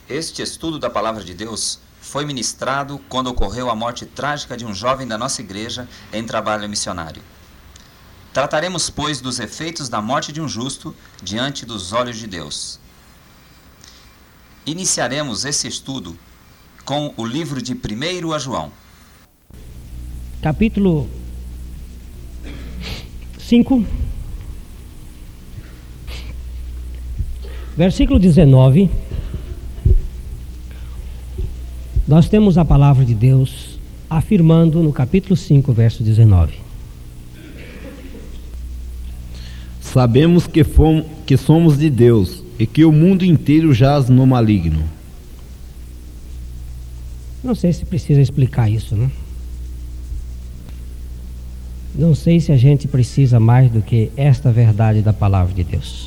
Este estudo da Palavra de Deus foi ministrado quando ocorreu a morte trágica de um jovem da nossa igreja em trabalho missionário. Trataremos, pois, dos efeitos da morte de um justo diante dos olhos de Deus. Iniciaremos esse estudo com o livro de 1 a João. Capítulo 5, versículo 19. Nós temos a palavra de Deus afirmando no capítulo 5, verso 19. Sabemos que somos de Deus e que o mundo inteiro jaz no maligno. Não sei se precisa explicar isso, né? Não sei se a gente precisa mais do que esta verdade da palavra de Deus.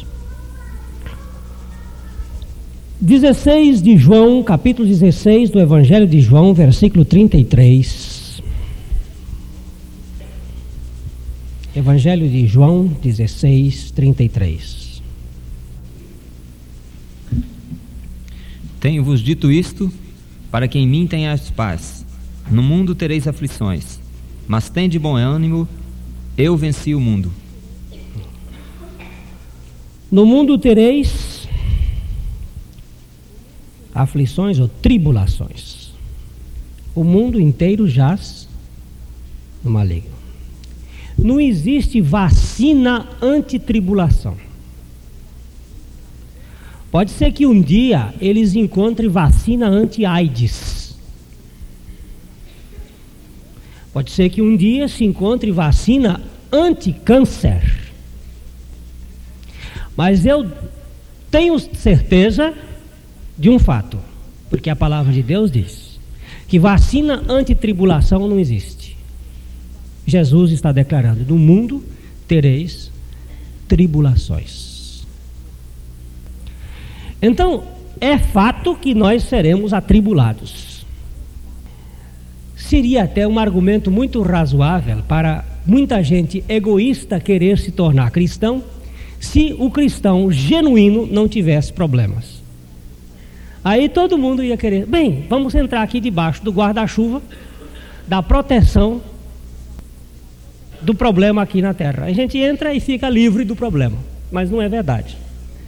16 de João, capítulo 16 do Evangelho de João, versículo 33. Evangelho de João 16, 33. Tenho-vos dito isto, para que em mim tenhais paz. No mundo tereis aflições, mas tende bom ânimo, eu venci o mundo. No mundo tereis aflições ou tribulações. O mundo inteiro jaz no maligno. Não existe vacina anti-tribulação. Pode ser que um dia eles encontrem vacina anti-AIDS. Pode ser que um dia se encontre vacina anti-câncer. Mas eu tenho certeza de um fato, porque a palavra de Deus diz que vacina anti-tribulação não existe. Jesus está declarando: no mundo tereis tribulações. Então, é fato que nós seremos atribulados. Seria até um argumento muito razoável para muita gente egoísta querer se tornar cristão, se o cristão genuíno não tivesse problemas. Aí todo mundo ia querer, bem, vamos entrar aqui debaixo do guarda-chuva, da proteção do problema aqui na terra. A gente entra e fica livre do problema, mas não é verdade.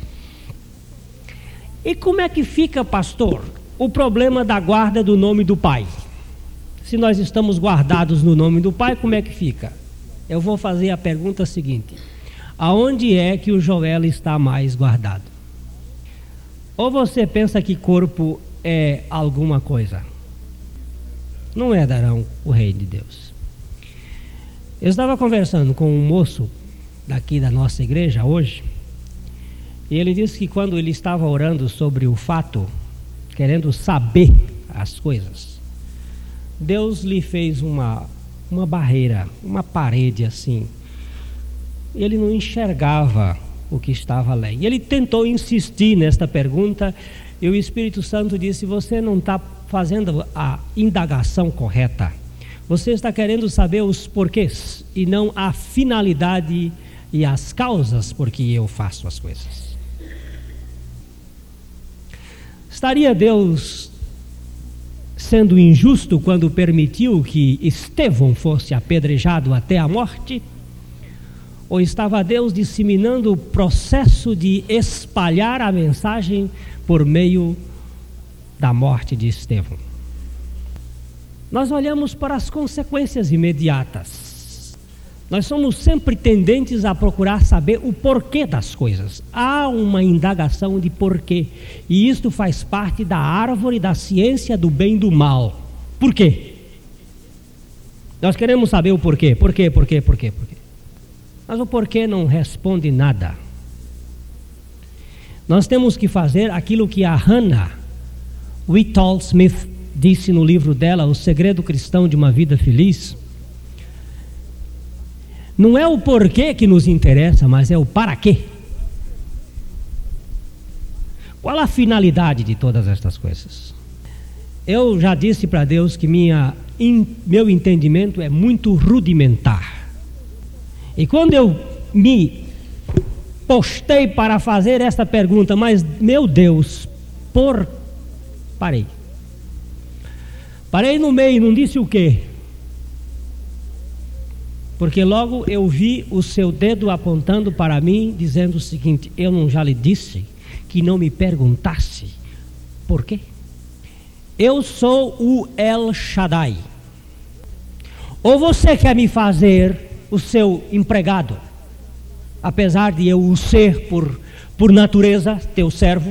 E como é que fica, pastor, o problema da guarda do nome do Pai? Se nós estamos guardados no nome do Pai, como é que fica? Eu vou fazer a pergunta seguinte: aonde é que o Joel está mais guardado? Ou você pensa que corpo é alguma coisa? Não herdarão o reino de Deus. Eu estava conversando com um moço daqui da nossa igreja hoje, e ele disse que quando ele estava orando sobre o fato, querendo saber as coisas, Deus lhe fez uma barreira, uma parede assim. Ele não enxergava o que estava além. E ele tentou insistir nesta pergunta, e o Espírito Santo disse: você não está fazendo a indagação correta. Você está querendo saber os porquês e não a finalidade e as causas por que eu faço as coisas. Estaria Deus sendo injusto quando permitiu que Estevão fosse apedrejado até a morte? Ou estava Deus disseminando o processo de espalhar a mensagem por meio da morte de Estevão? Nós olhamos para as consequências imediatas. Nós somos sempre tendentes a procurar saber o porquê das coisas. Há uma indagação de porquê. E isto faz parte da árvore da ciência do bem e do mal. Por quê? Nós queremos saber o porquê. Por quê? Mas o porquê não responde nada. Nós temos que fazer aquilo que a Hannah Whitall Smith disse no livro dela, O Segredo Cristão de uma Vida Feliz. Não é o porquê que nos interessa, mas é o para quê. Qual a finalidade de todas estas coisas? Eu já disse para Deus que meu entendimento é muito rudimentar. E quando eu me postei para fazer esta pergunta, mas meu Deus, por Parei. Parei no meio, não disse o quê? Porque logo eu vi o seu dedo apontando para mim, dizendo o seguinte: eu não já lhe disse que não me perguntasse por quê? Eu sou o El Shaddai. Ou você quer me fazer o seu empregado, apesar de eu o ser por natureza, teu servo?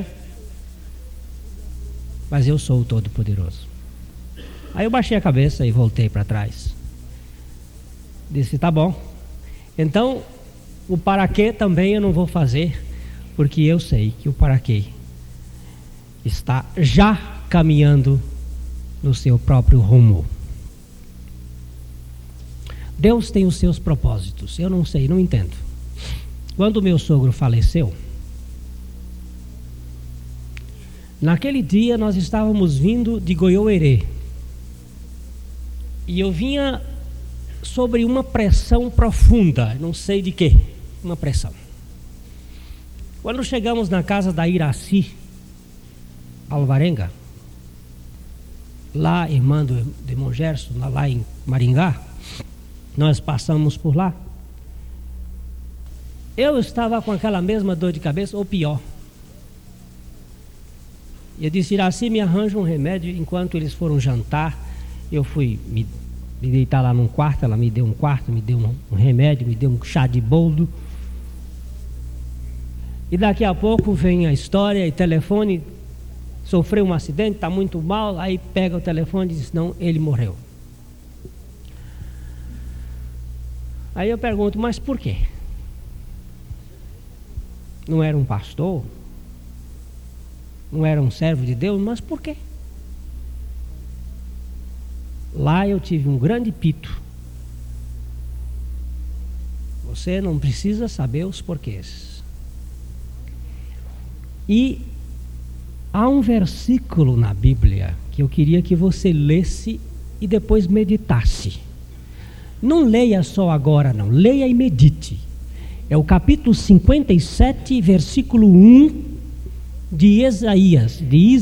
Mas eu sou o Todo-Poderoso. Aí eu baixei a cabeça e voltei para trás. Disse, tá bom. Então, o para quê também eu não vou fazer, porque eu sei que o para quê está já caminhando no seu próprio rumo. Deus tem os seus propósitos. Eu não sei, não entendo. Quando meu sogro faleceu, naquele dia nós estávamos vindo de Goiôerê. E eu vinha sobre uma pressão profunda, não sei de quê, uma pressão. Quando chegamos na casa da Iraci Alvarenga, lá irmã do irmão Gerson, lá em Maringá, nós passamos por lá. Eu estava com aquela mesma dor de cabeça, ou pior. E eu disse, Iraci, me arranja um remédio. Enquanto eles foram jantar, eu fui me deitar lá num quarto. Ela me deu um quarto, me deu um remédio, me deu um chá de boldo. E daqui a pouco vem a história e telefone, sofreu um acidente, está muito mal. Aí pega o telefone e diz, não, ele morreu. Aí eu pergunto, mas por quê? Não era um pastor? Não era um servo de Deus? Mas por quê? Lá eu tive um grande pito. Você não precisa saber os porquês. E há um versículo na Bíblia que eu queria que você lesse e depois meditasse. Não leia só agora, não. Leia e medite. É o capítulo 57, versículo 1 de Isaías.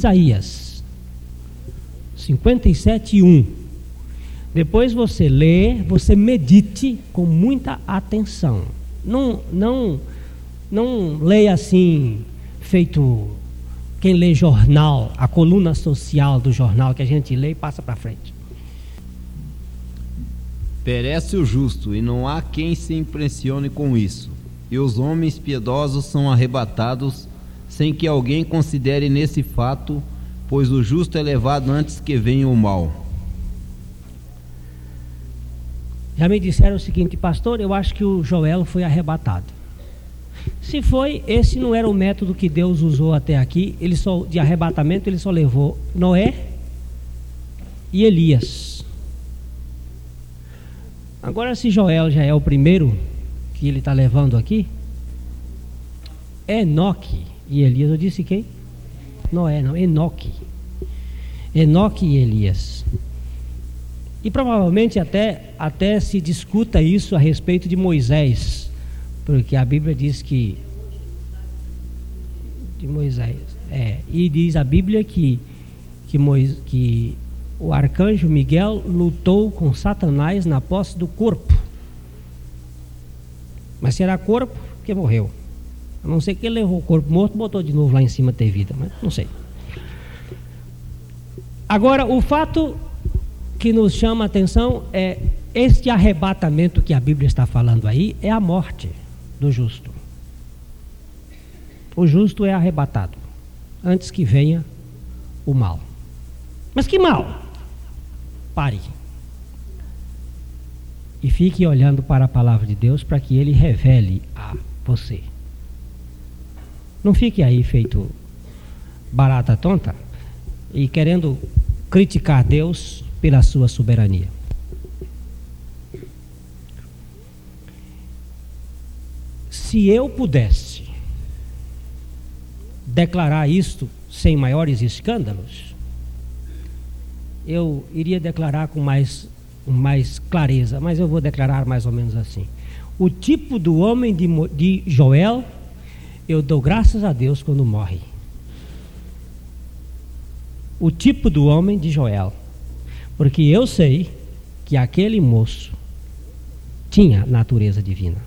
57, 1. Depois você lê, você medite com muita atenção. Não leia assim, feito quem lê jornal, a coluna social do jornal que a gente lê e passa para frente. Perece o justo, e não há quem se impressione com isso. E os homens piedosos são arrebatados, sem que alguém considere nesse fato, pois o justo é levado antes que venha o mal. Já me disseram o seguinte, pastor, eu acho que o Joel foi arrebatado. Se foi, esse não era o método que Deus usou até aqui. De arrebatamento ele só levou Noé e Elias. Agora, se Joel já é o primeiro que ele está levando aqui, Enoque e Elias, eu disse quem? Noé, não, Enoque e Elias. E provavelmente até se discuta isso a respeito de Moisés, porque a Bíblia diz que de Moisés, e diz a Bíblia que o arcanjo Miguel lutou com Satanás na posse do corpo. Mas será corpo que morreu. A não ser que ele levou o corpo morto, botou de novo lá em cima ter vida, mas não sei. Agora, o fato que nos chama a atenção é este arrebatamento que a Bíblia está falando aí, é a morte do justo. O justo é arrebatado antes que venha o mal. Mas que mal? Pare e fique olhando para a palavra de Deus para que ele revele a você. Não fique aí feito barata tonta e querendo criticar Deus pela sua soberania. Se eu pudesse declarar isto sem maiores escândalos, eu iria declarar com mais clareza, mas eu vou declarar mais ou menos assim. O tipo do homem de Joel, eu dou graças a Deus quando morre. o tipo do homem de Joel, porque eu sei que aquele moço tinha natureza divina.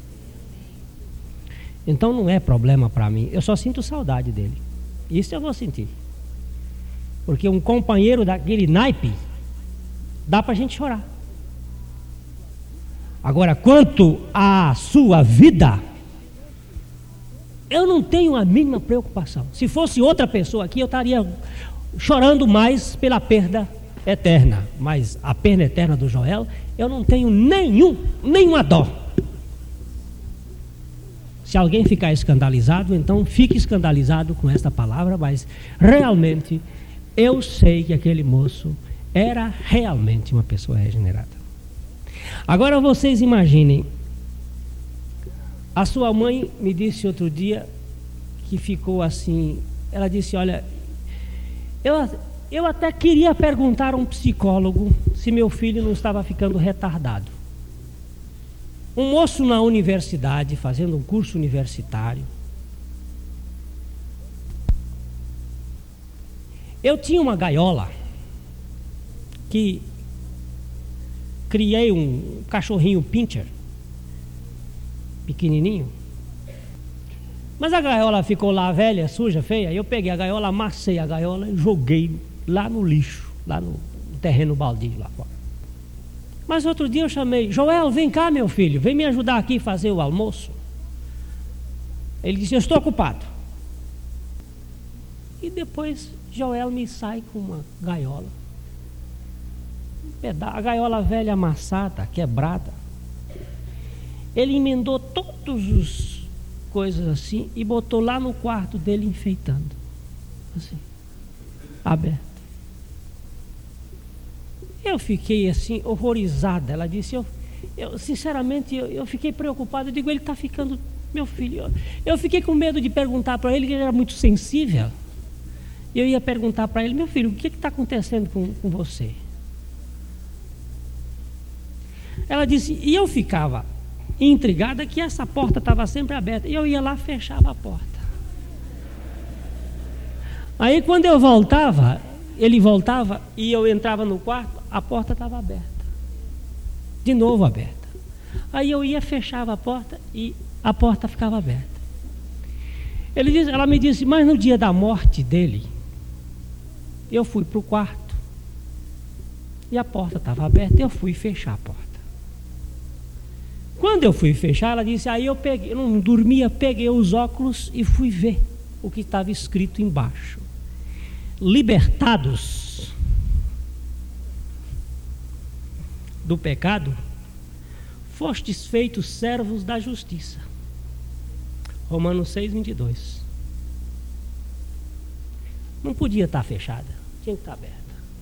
Então não é problema para mim, eu só sinto saudade dele. Isso eu vou sentir. Porque um companheiro daquele naipe, dá para a gente chorar. Agora, quanto à sua vida, eu não tenho a mínima preocupação. Se fosse outra pessoa aqui, eu estaria chorando mais pela perda eterna. Mas a perda eterna do Joel, eu não tenho nenhuma dó. Se alguém ficar escandalizado, então fique escandalizado com esta palavra, mas realmente eu sei que aquele moço era realmente uma pessoa regenerada. Agora vocês imaginem, a sua mãe me disse outro dia que ficou assim, ela disse, olha, eu até queria perguntar a um psicólogo se meu filho não estava ficando retardado. Um moço na universidade, fazendo um curso universitário. Eu tinha uma gaiola que criei um cachorrinho pincher, pequenininho. Mas a gaiola ficou lá velha, suja, feia. Eu peguei a gaiola, amassei a gaiola e joguei lá no lixo, lá no terreno baldio lá fora. Mas outro dia eu chamei, Joel, vem cá meu filho, vem me ajudar aqui a fazer o almoço. Ele disse, eu estou ocupado. E depois Joel me sai com uma gaiola. A gaiola velha amassada, quebrada. Ele emendou todas as coisas assim e botou lá no quarto dele enfeitando. Assim, aberto. Eu fiquei assim, horrorizada. Ela disse, eu sinceramente, eu fiquei preocupado. Eu digo, ele está ficando, meu filho. Eu fiquei com medo de perguntar para ele, que ele era muito sensível. Eu ia perguntar para ele, meu filho, o que está acontecendo com você? Ela disse, e eu ficava intrigada que essa porta estava sempre aberta. E eu ia lá e fechava a porta. Aí quando eu voltava, ele voltava e eu entrava no quarto, a porta estava aberta. De novo aberta. Aí eu ia, fechava a porta e a porta ficava aberta. Ela me disse, mas no dia da morte dele, eu fui para o quarto e a porta estava aberta, eu fui fechar a porta. Quando eu fui fechar, ela disse, aí eu não dormia, peguei os óculos e fui ver o que estava escrito embaixo. Libertados do pecado, fostes feitos servos da justiça. Romanos 6:22. Não podia estar fechada, tinha que estar aberta.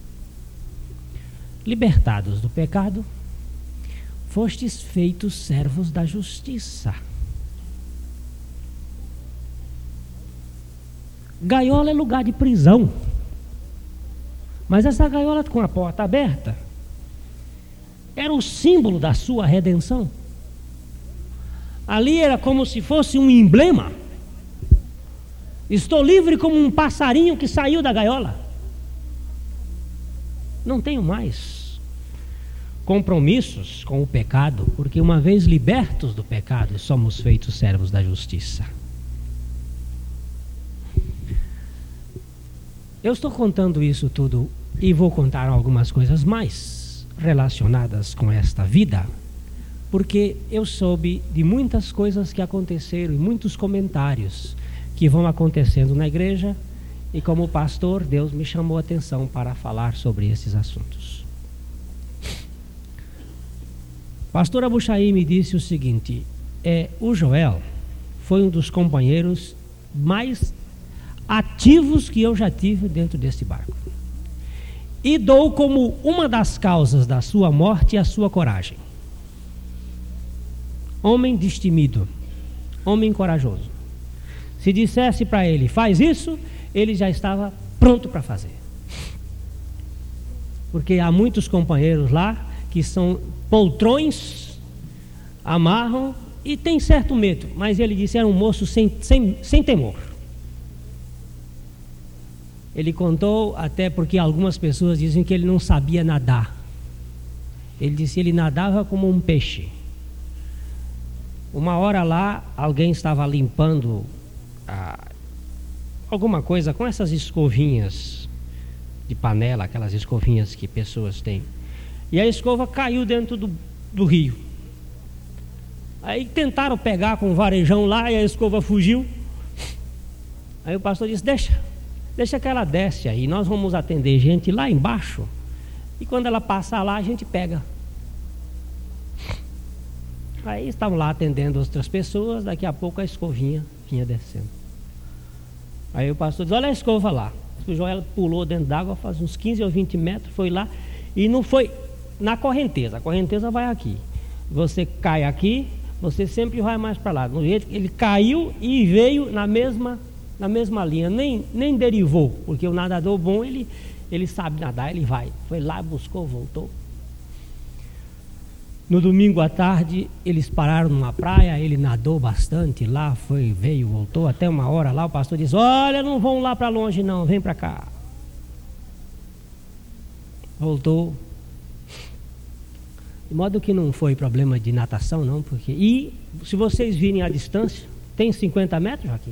Libertados do pecado, fostes feitos servos da justiça. Gaiola é lugar de prisão. Mas essa gaiola com a porta aberta era o símbolo da sua redenção. Ali era como se fosse um emblema. Estou livre como um passarinho que saiu da gaiola. Não tenho mais compromissos com o pecado, porque uma vez libertos do pecado, somos feitos servos da justiça. Eu estou contando isso tudo e vou contar algumas coisas mais relacionadas com esta vida, porque eu soube de muitas coisas que aconteceram e muitos comentários que vão acontecendo na igreja, e como pastor, Deus me chamou a atenção para falar sobre esses assuntos. Pastor Abuchaí me disse o seguinte, o Joel foi um dos companheiros mais ativos que eu já tive dentro deste barco. E dou como uma das causas da sua morte a sua coragem. Homem destemido, homem corajoso. Se dissesse para ele, faz isso, ele já estava pronto para fazer. Porque há muitos companheiros lá que são poltrões, amarram e tem certo medo. Mas ele disse, era um moço sem temor. Ele contou até porque algumas pessoas dizem que ele não sabia nadar. Ele disse que ele nadava como um peixe. Uma hora lá, alguém estava limpando alguma coisa com essas escovinhas de panela, aquelas escovinhas que pessoas têm. E a escova caiu dentro do rio. Aí tentaram pegar com um varejão lá e a escova fugiu. Aí o pastor disse: deixa que ela desce aí, nós vamos atender gente lá embaixo, e quando ela passar lá a gente pega. Aí estavam lá atendendo outras pessoas, daqui a pouco a escovinha vinha descendo. Aí o pastor disse: olha a escova lá. O Joel pulou dentro d'água, faz uns 15 ou 20 metros, foi lá, e não foi na correnteza, a correnteza vai aqui. Você cai aqui, você sempre vai mais para lá. No jeito que ele caiu e veio na mesma linha, nem derivou, porque o nadador bom, ele sabe nadar, ele vai. Foi lá, buscou, voltou. No domingo à tarde, eles pararam numa praia, ele nadou bastante lá, veio, voltou, até uma hora lá, o pastor disse: olha, não vão lá para longe não, vem para cá. Voltou. De modo que não foi problema de natação não, porque... E se vocês virem a distância, tem 50 metros aqui.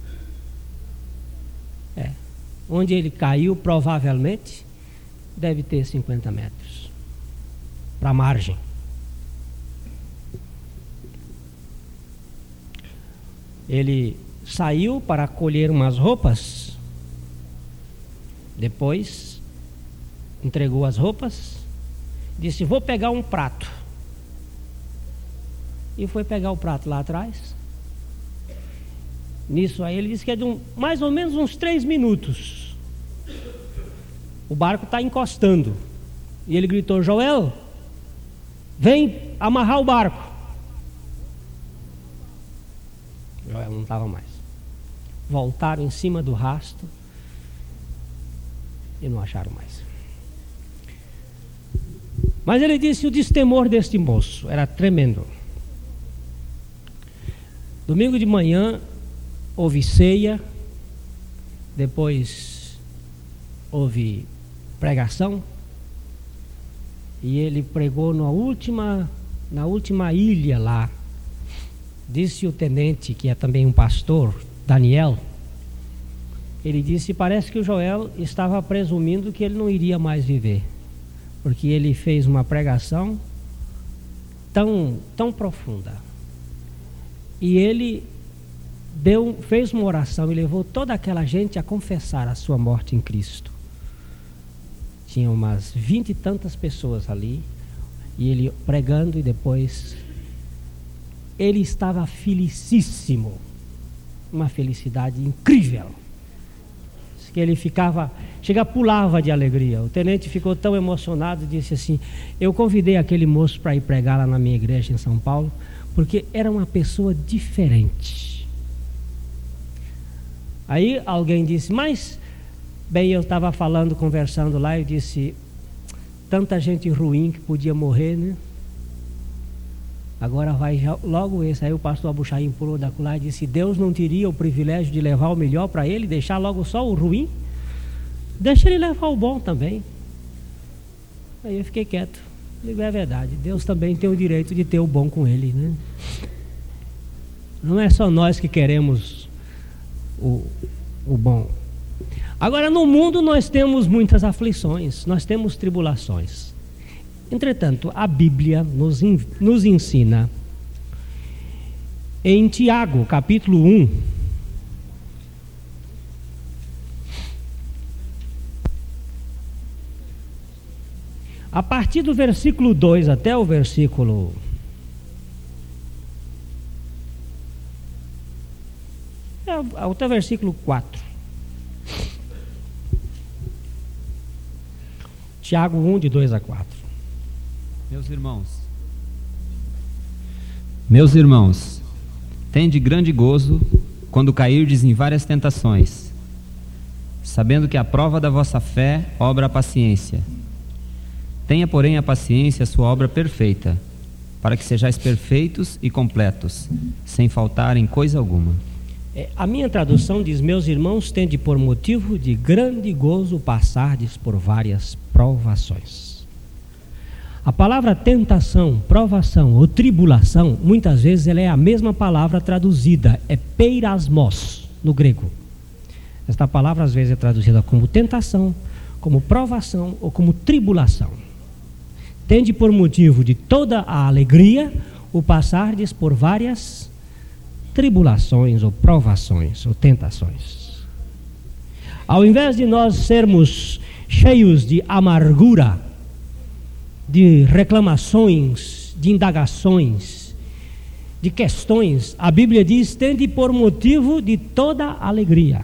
Onde ele caiu, provavelmente, deve ter 50 metros para a margem. Ele saiu para colher umas roupas, depois entregou as roupas, disse: vou pegar um prato. E foi pegar o prato lá atrás. Nisso aí ele disse que é de mais ou menos uns 3 minutos. O barco está encostando. E ele gritou: Joel, vem amarrar o barco. Joel não estava mais. Voltaram em cima do rasto e não acharam mais. Mas ele disse: o destemor deste moço era tremendo. Domingo de manhã houve ceia, depois houve pregação, e ele pregou na última ilha lá. Disse o tenente, que é também um pastor, Daniel, ele disse: parece que o Joel estava presumindo que ele não iria mais viver, porque ele fez uma pregação tão profunda, e ele fez uma oração e levou toda aquela gente a confessar a sua morte em Cristo. Tinha umas 20 e tantas pessoas ali, e ele pregando, e depois ele estava felicíssimo, uma felicidade incrível, que ele pulava de alegria. O tenente ficou tão emocionado, disse assim: eu convidei aquele moço para ir pregar lá na minha igreja em São Paulo, porque era uma pessoa diferente. Aí alguém disse: mas, bem, eu estava conversando lá, eu disse: tanta gente ruim que podia morrer, né? Agora vai logo esse. Aí o pastor Abuchaim pulou da lá e disse: Deus não teria o privilégio de levar o melhor para ele, deixar logo só o ruim? Deixa ele levar o bom também. Aí eu fiquei quieto. Digo: é verdade, Deus também tem o direito de ter o bom com ele, né? Não é só nós que queremos o bom. Agora, no mundo nós temos muitas aflições, nós temos tribulações. Entretanto, a Bíblia nos ensina em Tiago, capítulo 1, a partir do versículo 2 até o versículo até o versículo 4. Tiago 1, de 2 a 4. Meus irmãos, tende grande gozo quando cairdes em várias tentações, sabendo que a prova da vossa fé obra a paciência. Tenha, porém, a paciência a sua obra perfeita, para que sejais perfeitos e completos, sem faltar em coisa alguma. A minha tradução diz: meus irmãos, tende por motivo de grande gozo passardes por várias provações. A palavra tentação, provação ou tribulação, muitas vezes ela é a mesma palavra traduzida, é peirasmos no grego. Esta palavra às vezes é traduzida como tentação, como provação ou como tribulação. Tende por motivo de toda a alegria o passardes por várias tribulações ou provações ou tentações. Ao invés de nós sermos cheios de amargura, de reclamações, de indagações, de questões, a Bíblia diz: tende por motivo de toda alegria.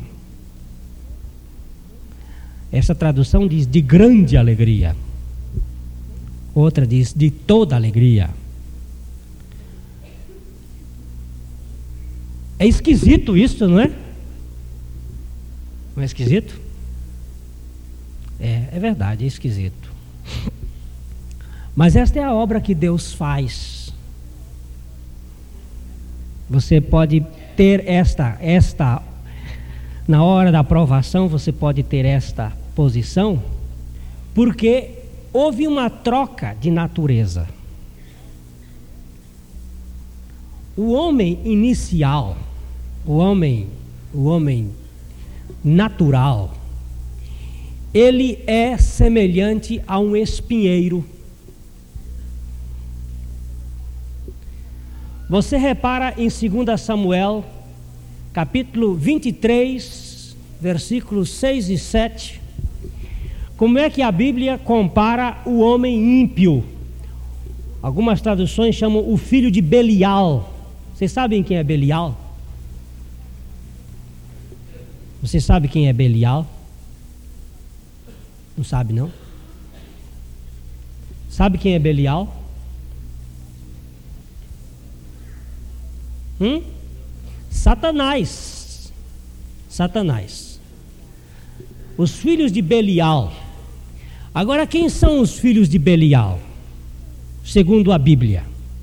Essa tradução diz de grande alegria. Outra diz de toda alegria. É esquisito isso, não é? Não é esquisito? É verdade, é esquisito. Mas esta é a obra que Deus faz. Você pode ter esta na hora da aprovação, você pode ter esta posição, porque houve uma troca de natureza. O homem inicial, o homem natural, ele é semelhante a um espinheiro. Você repara em 2 Samuel, capítulo 23, versículos 6 e 7, como é que a Bíblia compara o homem ímpio. Algumas traduções chamam o filho de Belial. Vocês sabem quem é Belial? Você sabe quem é Belial? Não sabe, não? Sabe quem é Belial? Satanás. Os filhos de Belial. Agora, quem são os filhos de Belial? Segundo a Bíblia.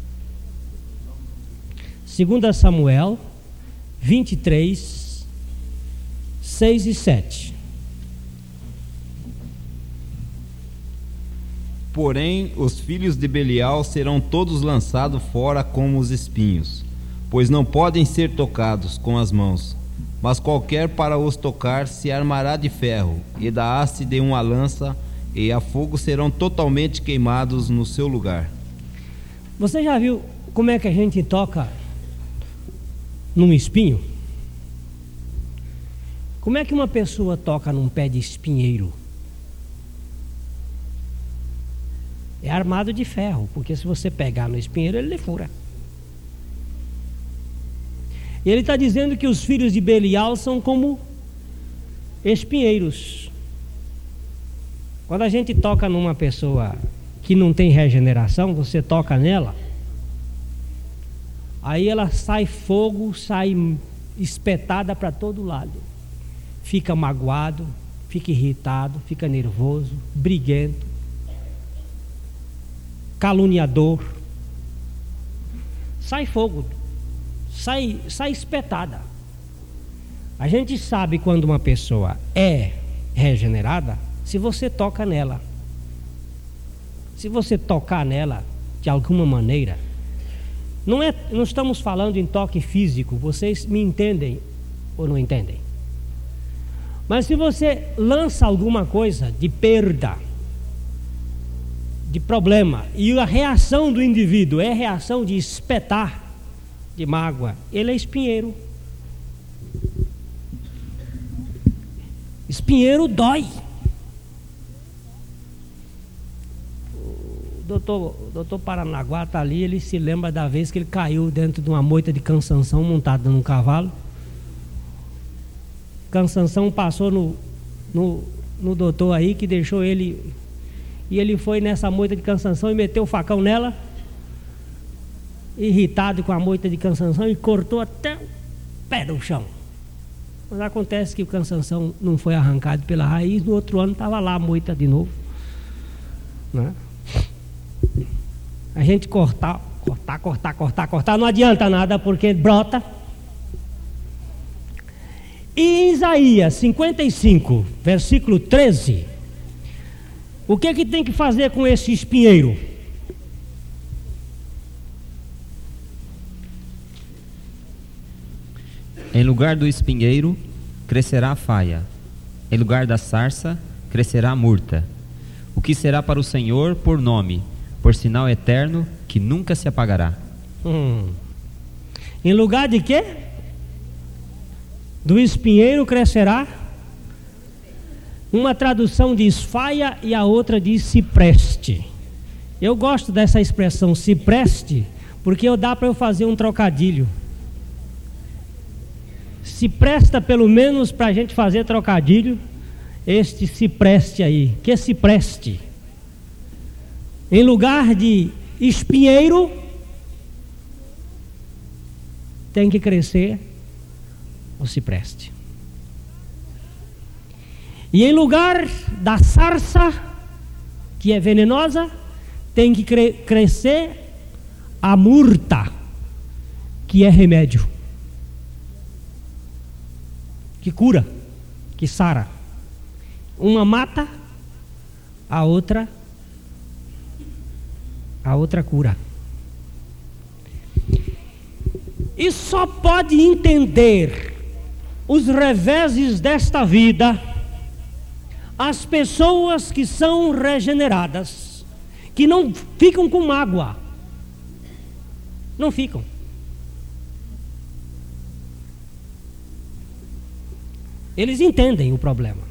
2 Samuel 23, 6 e 7. Porém, os filhos de Belial serão todos lançados fora como os espinhos, pois não podem ser tocados com as mãos, mas qualquer para os tocar se armará de ferro, e da haste de uma lança, e a fogo serão totalmente queimados no seu lugar. Você já viu como é que a gente toca num espinho? Como é que uma pessoa toca num pé de espinheiro? É armado de ferro, porque se você pegar no espinheiro, ele lhe fura. E ele está dizendo que os filhos de Belial são como espinheiros. Quando a gente toca numa pessoa que não tem regeneração, você toca nela, aí ela sai fogo, sai espetada para todo lado. Fica magoado, fica irritado, fica nervoso, briguento, caluniador. Sai fogo, sai espetada. A gente sabe quando uma pessoa é regenerada se você toca nela. Se você tocar nela de alguma maneira, não estamos falando em toque físico, vocês me entendem ou não entendem? Mas se você lança alguma coisa de perda, de problema, e a reação do indivíduo é reação de espetar, de mágoa, ele é espinheiro. Espinheiro dói. O doutor Paranaguá está ali, ele se lembra da vez que ele caiu dentro de uma moita de Cansanção montada num cavalo. Cansanção passou no doutor aí, que deixou ele, e ele foi nessa moita de Cansanção e meteu o facão nela, irritado com a moita de Cansanção, e cortou até o pé do chão. Mas acontece que o Cansanção não foi arrancado pela raiz, no outro ano estava lá a moita de novo, né? A gente cortar, não adianta nada, porque brota. E em Isaías 55, versículo 13, o que tem que fazer com esse espinheiro? Em lugar do espinheiro, crescerá a faia. Em lugar da sarça, crescerá a murta. O que será para o Senhor por nome, por sinal eterno, que nunca se apagará. Em lugar de quê? Do espinheiro crescerá. Uma tradução diz faia e a outra diz cipreste. Eu gosto dessa expressão cipreste, porque dá para eu fazer um trocadilho. Se presta pelo menos para a gente fazer trocadilho, este cipreste aí. Que cipreste? Em lugar de espinheiro, tem que crescer o cipreste. E em lugar da sarça, que é venenosa, tem que crescer a murta, que é remédio, que cura, que sara. Uma mata, a outra cura. E só pode entender os reveses desta vida as pessoas que são regeneradas, que não ficam com mágoa. Não ficam. Eles entendem o problema.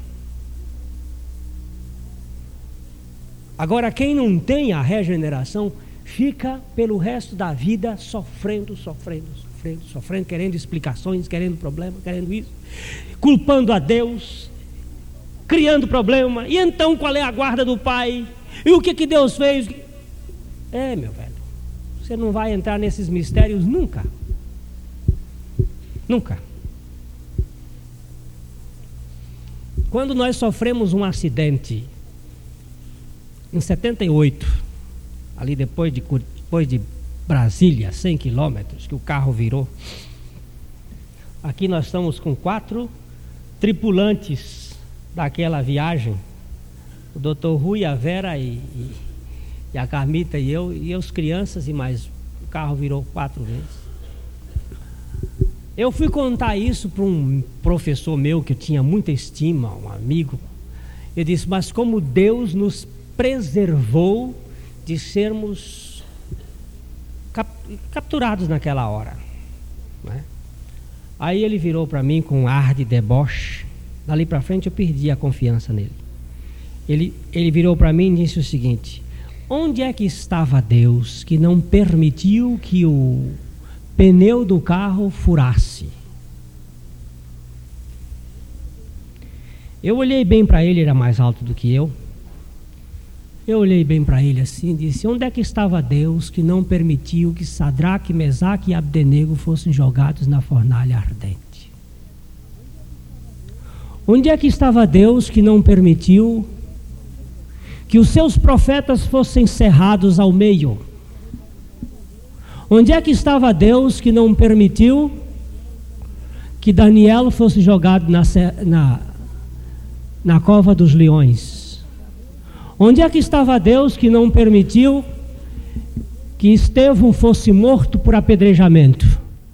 Agora, quem não tem a regeneração fica pelo resto da vida sofrendo, querendo explicações, querendo problema, querendo isso, culpando a Deus, criando problema. E então qual é a guarda do Pai? E o que Deus fez? Meu velho, você não vai entrar nesses mistérios nunca. Nunca. Quando nós sofremos um acidente em 78, ali depois de Brasília, 100 quilômetros, que o carro virou. Aqui nós estamos com 4 tripulantes daquela viagem. O doutor Rui, a Vera e a Carmita e eu, e as crianças, e mais, o carro virou 4 vezes. Eu fui contar isso para um professor meu que eu tinha muita estima, um amigo. Eu disse, mas como Deus nos preservou de sermos capturados naquela hora, né? Aí ele virou para mim com um ar de deboche. Dali para frente eu perdi a confiança nele. Ele virou para mim e disse o seguinte: onde é que estava Deus que não permitiu que o pneu do carro furasse? Eu olhei bem para ele, era mais alto do que eu. Eu olhei bem para ele assim e disse: onde é que estava Deus que não permitiu que Sadraque, Mesaque e Abdenego fossem jogados na fornalha ardente? Onde é que estava Deus que não permitiu que os seus profetas fossem cerrados ao meio? Onde é que estava Deus que não permitiu que Daniel fosse jogado na cova dos leões? Onde é que estava Deus que não permitiu que Estevão fosse morto por apedrejamento?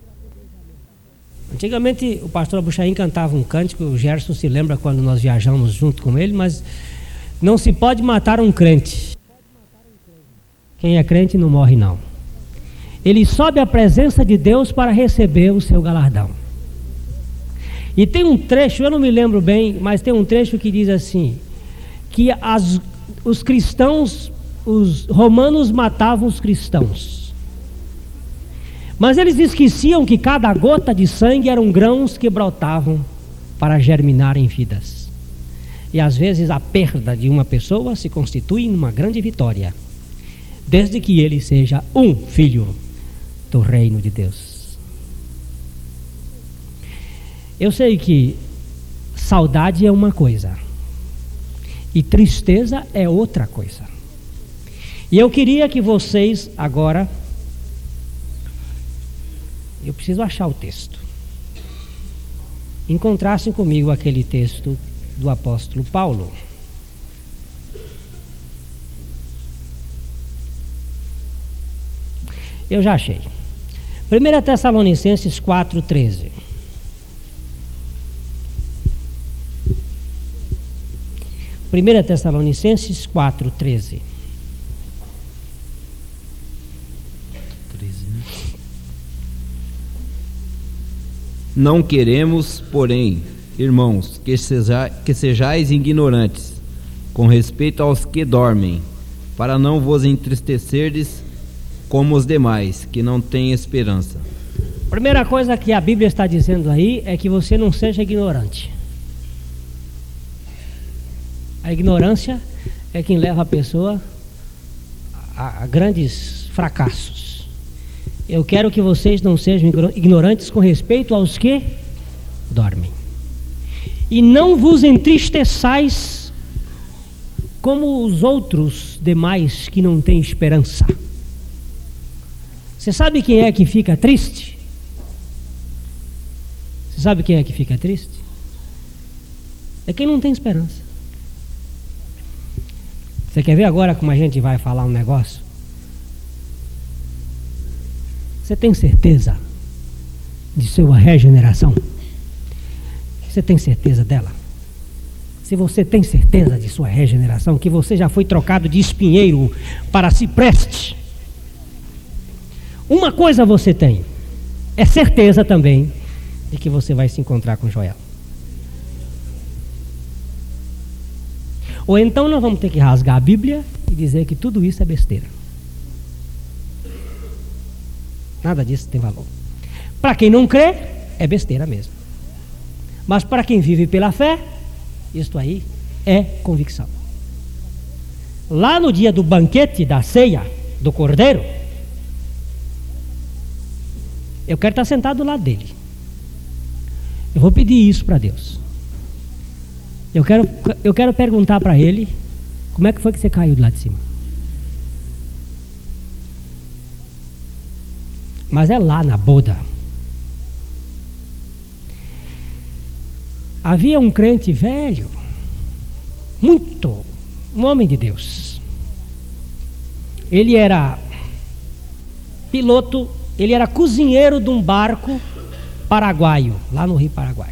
Antigamente o pastor Abuchaim cantava um cântico, o Gerson se lembra quando nós viajamos junto com ele, mas não se pode matar um crente. Quem é crente não morre não. Ele sobe à presença de Deus para receber o seu galardão. E tem um trecho, eu não me lembro bem, mas tem um trecho que diz assim, que os cristãos, os romanos matavam os cristãos, mas eles esqueciam que cada gota de sangue eram grãos que brotavam para germinar em vidas. E às vezes a perda de uma pessoa se constitui em uma grande vitória, desde que ele seja um filho do reino de Deus. Eu sei que saudade é uma coisa e tristeza é outra coisa. E eu queria que vocês agora, eu preciso achar o texto. encontrassem comigo aquele texto do apóstolo Paulo. Eu já achei. 1 Tessalonicenses 4,13. 1 Tessalonicenses 4,13. Não queremos, porém, irmãos, que sejais ignorantes com respeito aos que dormem, para não vos entristecerdes como os demais, que não têm esperança. Primeira coisa que a Bíblia está dizendo aí é que você não seja ignorante. A ignorância é quem leva a pessoa a grandes fracassos. Eu quero que vocês não sejam ignorantes com respeito aos que dormem. E não vos entristeçais como os outros demais que não têm esperança. Você sabe quem é que fica triste? Você sabe quem é que fica triste? É quem não tem esperança. Você quer ver agora como a gente vai falar um negócio? Você tem certeza de sua regeneração? Você tem certeza dela? Se você tem certeza de sua regeneração, que você já foi trocado de espinheiro para cipreste, uma coisa você tem, é certeza também de que você vai se encontrar com Joel. Ou então nós vamos ter que rasgar a Bíblia e dizer que tudo isso é besteira. Nada disso tem valor. Para quem não crê, é besteira mesmo. Mas para quem vive pela fé, isto aí é convicção. Lá no dia do banquete, da ceia, do Cordeiro, eu quero estar sentado do lado dele. Eu vou pedir isso para Deus. Eu quero perguntar para ele, como é que foi que você caiu de lá de cima? Mas é lá na boda. Havia um crente velho, um homem de Deus. Ele era piloto, ele era cozinheiro de um barco paraguaio, lá no Rio Paraguai.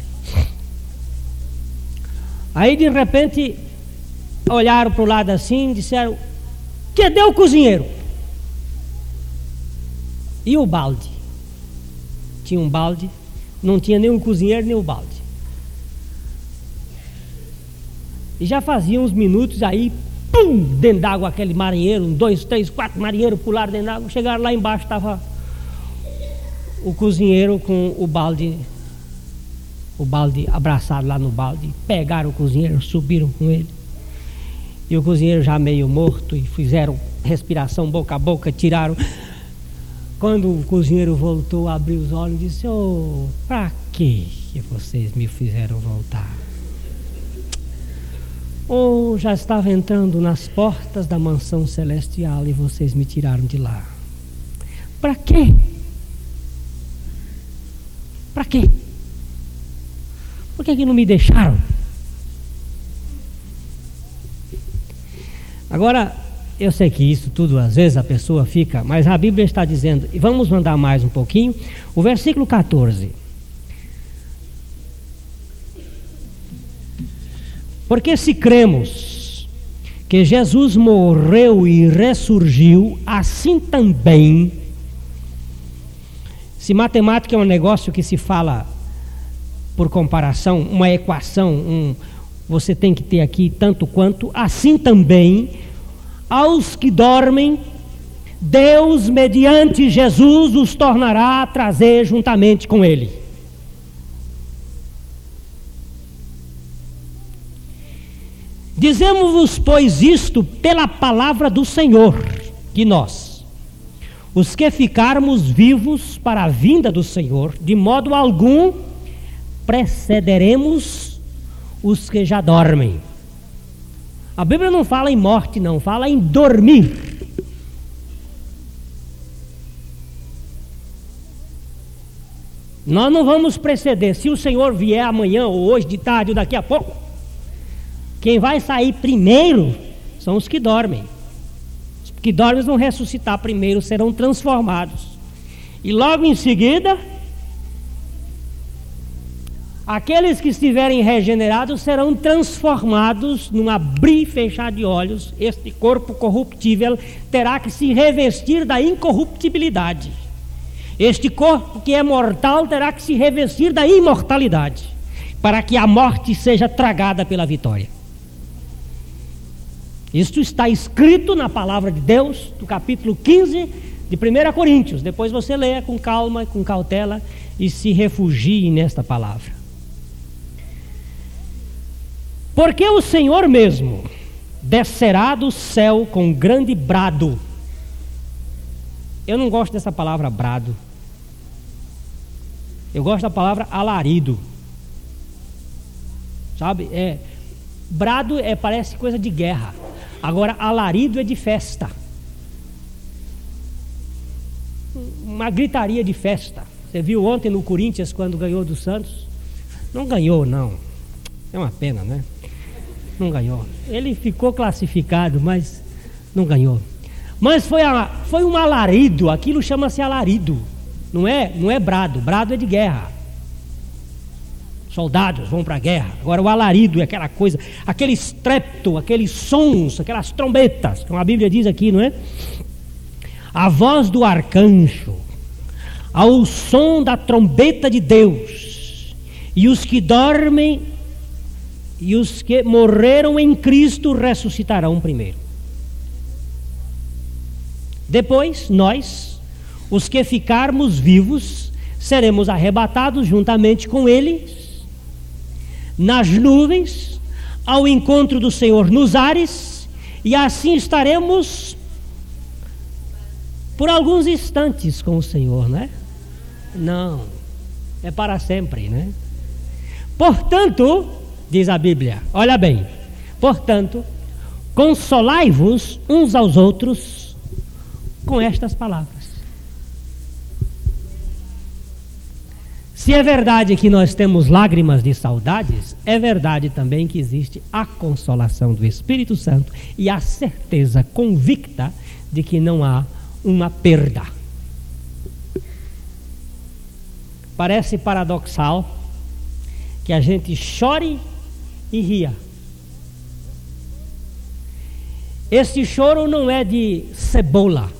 Aí de repente olharam para o lado assim e disseram: cadê o cozinheiro? E o balde? Tinha um balde, não tinha nem um cozinheiro nem o balde. E já fazia uns minutos aí, pum, dentro d'água aquele marinheiro, 2, 3, 4 marinheiros pularam dentro d'água, chegaram lá embaixo, estava o cozinheiro com o balde abraçado lá no balde. Pegaram o cozinheiro, subiram com ele. E o cozinheiro já meio morto, e fizeram respiração boca a boca, tiraram. Quando o cozinheiro voltou, abriu os olhos e disse: pra que vocês me fizeram voltar? Já estava entrando nas portas da mansão celestial e vocês me tiraram de lá. Pra quê? Pra quê? Por que não me deixaram? Agora, eu sei que isso tudo, às vezes a pessoa fica, mas a Bíblia está dizendo, e vamos mandar mais um pouquinho, o versículo 14. Porque se cremos que Jesus morreu e ressurgiu, assim também, se matemática é um negócio que se fala por comparação, uma equação, você tem que ter aqui tanto quanto, assim também, aos que dormem, Deus, mediante Jesus, os tornará a trazer juntamente com Ele. Dizemos-vos, pois, isto pela palavra do Senhor, que nós, os que ficarmos vivos para a vinda do Senhor, de modo algum precederemos os que já dormem. A Bíblia não fala em morte, não, fala em dormir. Nós não vamos preceder. Se o Senhor vier amanhã, ou hoje, de tarde, ou daqui a pouco, quem vai sair primeiro são os que dormem. Os que dormem vão ressuscitar primeiro, serão transformados. E logo em seguida, aqueles que estiverem regenerados serão transformados num abrir e fechar de olhos. Este corpo corruptível terá que se revestir da incorruptibilidade. Este corpo que é mortal terá que se revestir da imortalidade, para que a morte seja tragada pela vitória. Isto está escrito na palavra de Deus, do capítulo 15 de 1 Coríntios. Depois você leia com calma e com cautela e se refugie nesta palavra. Porque o Senhor mesmo descerá do céu com grande brado. Eu não gosto dessa palavra brado. Eu gosto da palavra alarido. Sabe? Brado parece coisa de guerra. Agora alarido é de festa. Uma gritaria de festa. Você viu ontem no Corinthians quando ganhou do Santos? Não ganhou, não. É uma pena, né? Não ganhou. Ele ficou classificado, mas não ganhou. Mas foi um alarido. Aquilo chama-se alarido. Não é brado. Brado é de guerra. Soldados vão para a guerra. Agora o alarido é aquela coisa, aquele estrépito, aqueles sons, aquelas trombetas, como a Bíblia diz aqui, não é? A voz do arcanjo, ao som da trombeta de Deus, e os que dormem e os que morreram em Cristo ressuscitarão primeiro. Depois, nós, os que ficarmos vivos, seremos arrebatados juntamente com eles nas nuvens, ao encontro do Senhor nos ares, e assim estaremos por alguns instantes com o Senhor, né? Não, é para sempre, né? Portanto, diz a Bíblia, olha bem, portanto, consolai-vos uns aos outros com estas palavras. Se é verdade que nós temos lágrimas de saudades, é verdade também que existe a consolação do Espírito Santo e a certeza convicta de que não há uma perda. Parece paradoxal que a gente chore e ria. Esse choro não é de cebola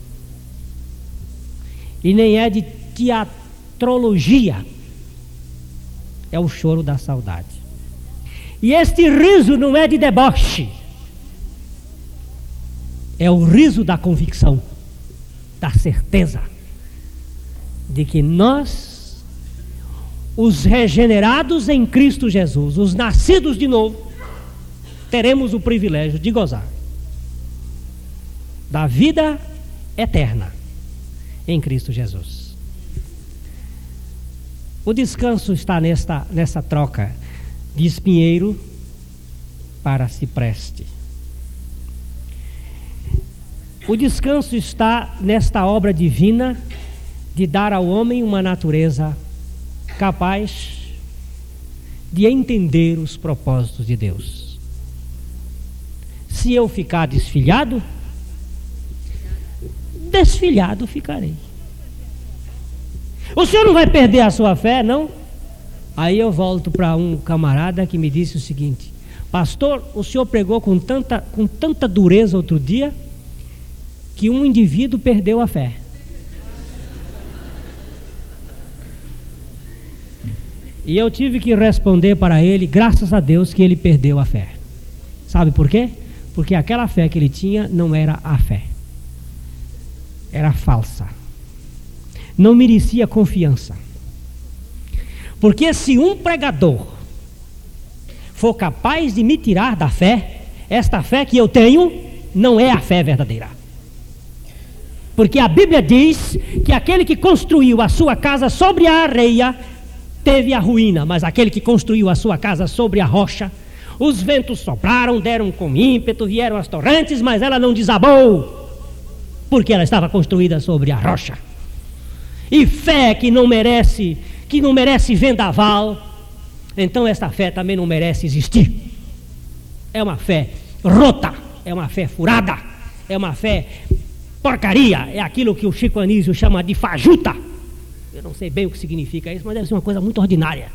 e nem é de teatrologia, é o choro da saudade. E este riso não é de deboche, é o riso da convicção, da certeza de que nós, os regenerados em Cristo Jesus, os nascidos de novo, teremos o privilégio de gozar da vida eterna em Cristo Jesus. O descanso está nessa troca de espinheiro para cipreste. O descanso está nesta obra divina de dar ao homem uma natureza capaz de entender os propósitos de Deus. Se eu ficar desfilhado ficarei. O senhor não vai perder a sua fé, não? Aí eu volto para um camarada que me disse o seguinte: pastor, o senhor pregou com tanta dureza outro dia que um indivíduo perdeu a fé. E eu tive que responder para ele, graças a Deus que ele perdeu a fé. Sabe por quê? Porque aquela fé que ele tinha não era a fé. Era falsa. Não merecia confiança. Porque se um pregador for capaz de me tirar da fé, esta fé que eu tenho não é a fé verdadeira. Porque a Bíblia diz que aquele que construiu a sua casa sobre a areia teve a ruína, mas aquele que construiu a sua casa sobre a rocha, os ventos sopraram, deram com ímpeto, vieram as torrentes, mas ela não desabou, porque ela estava construída sobre a rocha. E fé que não merece que não merece vendaval, então esta fé também não merece existir. É uma fé rota, é uma fé furada, é uma fé porcaria, é aquilo que o Chico Anísio chama de fajuta. Eu não sei bem o que significa isso, mas deve ser uma coisa muito ordinária.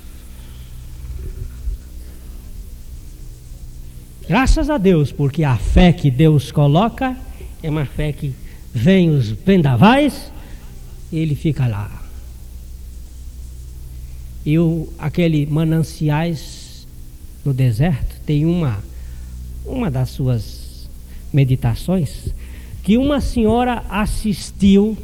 Graças a Deus, porque a fé que Deus coloca é uma fé que vem os vendavais e ele fica lá. E aquele mananciais no deserto tem uma das suas meditações que uma senhora assistiu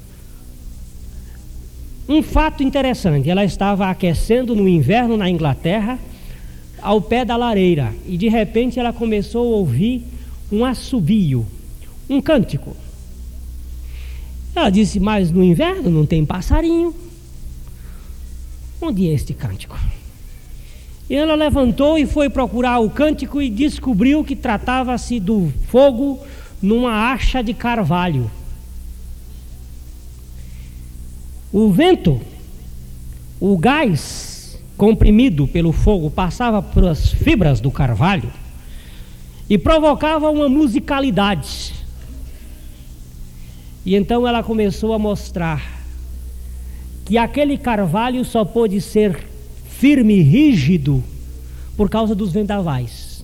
um fato interessante. Ela estava aquecendo no inverno na Inglaterra, ao pé da lareira, e de repente ela começou a ouvir um assobio, um cântico. Ela disse: mas no inverno não tem passarinho, onde é este cântico? E ela levantou e foi procurar o cântico e descobriu que tratava-se do fogo numa acha de carvalho. O vento, o gás comprimido pelo fogo passava pelas fibras do carvalho e provocava uma musicalidade. E então ela começou a mostrar que aquele carvalho só pôde ser firme e rígido por causa dos vendavais.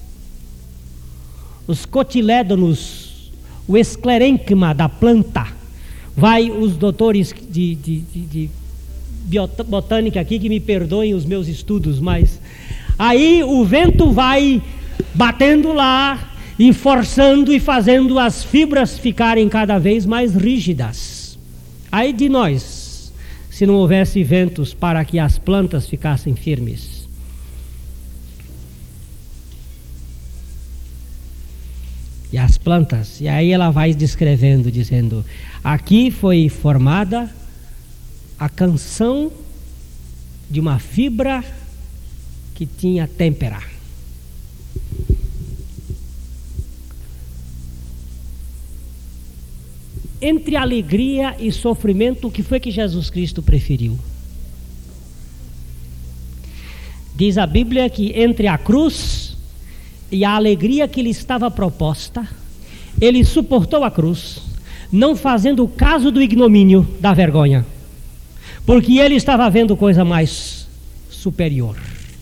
Os cotilédonos, o esclerênquima da planta, os doutores de botânica aqui que me perdoem os meus estudos, mas aí o vento vai batendo lá e forçando e fazendo as fibras ficarem cada vez mais rígidas. Aí de nós, se não houvesse ventos para que as plantas ficassem firmes. E as plantas, e aí ela vai descrevendo, dizendo: aqui foi formada a canção de uma fibra que tinha têmpera. Entre alegria e sofrimento, o que foi que Jesus Cristo preferiu? Diz a Bíblia que entre a cruz e a alegria que lhe estava proposta, ele suportou a cruz, não fazendo caso do ignomínio, da vergonha, porque ele estava vendo coisa mais superior.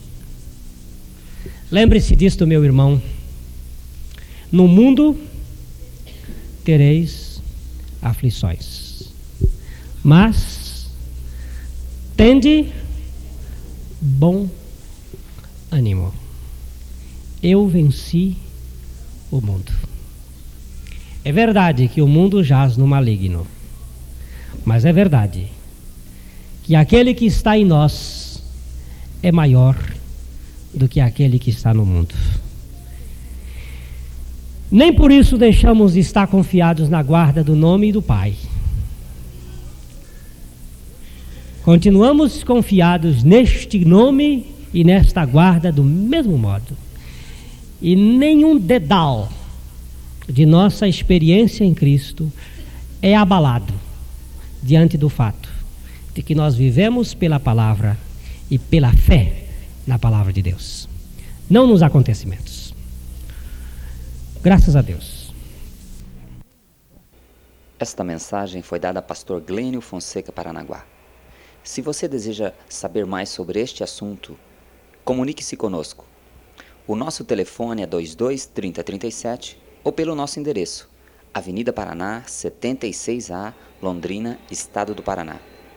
Lembre-se disto, meu irmão: no mundo tereis aflições, mas tende bom ânimo, eu venci o mundo. É verdade que o mundo jaz no maligno, mas é verdade que aquele que está em nós é maior do que aquele que está no mundo. Nem por isso deixamos de estar confiados na guarda do nome do Pai. Continuamos confiados neste nome e nesta guarda do mesmo modo. E nenhum dedal de nossa experiência em Cristo é abalado diante do fato de que nós vivemos pela palavra e pela fé na palavra de Deus, não nos acontecimentos. Graças a Deus. Esta mensagem foi dada a pastor Glênio Fonseca Paranaguá. Se você deseja saber mais sobre este assunto, comunique-se conosco. O nosso telefone é 22 30 37 ou pelo nosso endereço, Avenida Paraná, 76A, Londrina, Estado do Paraná.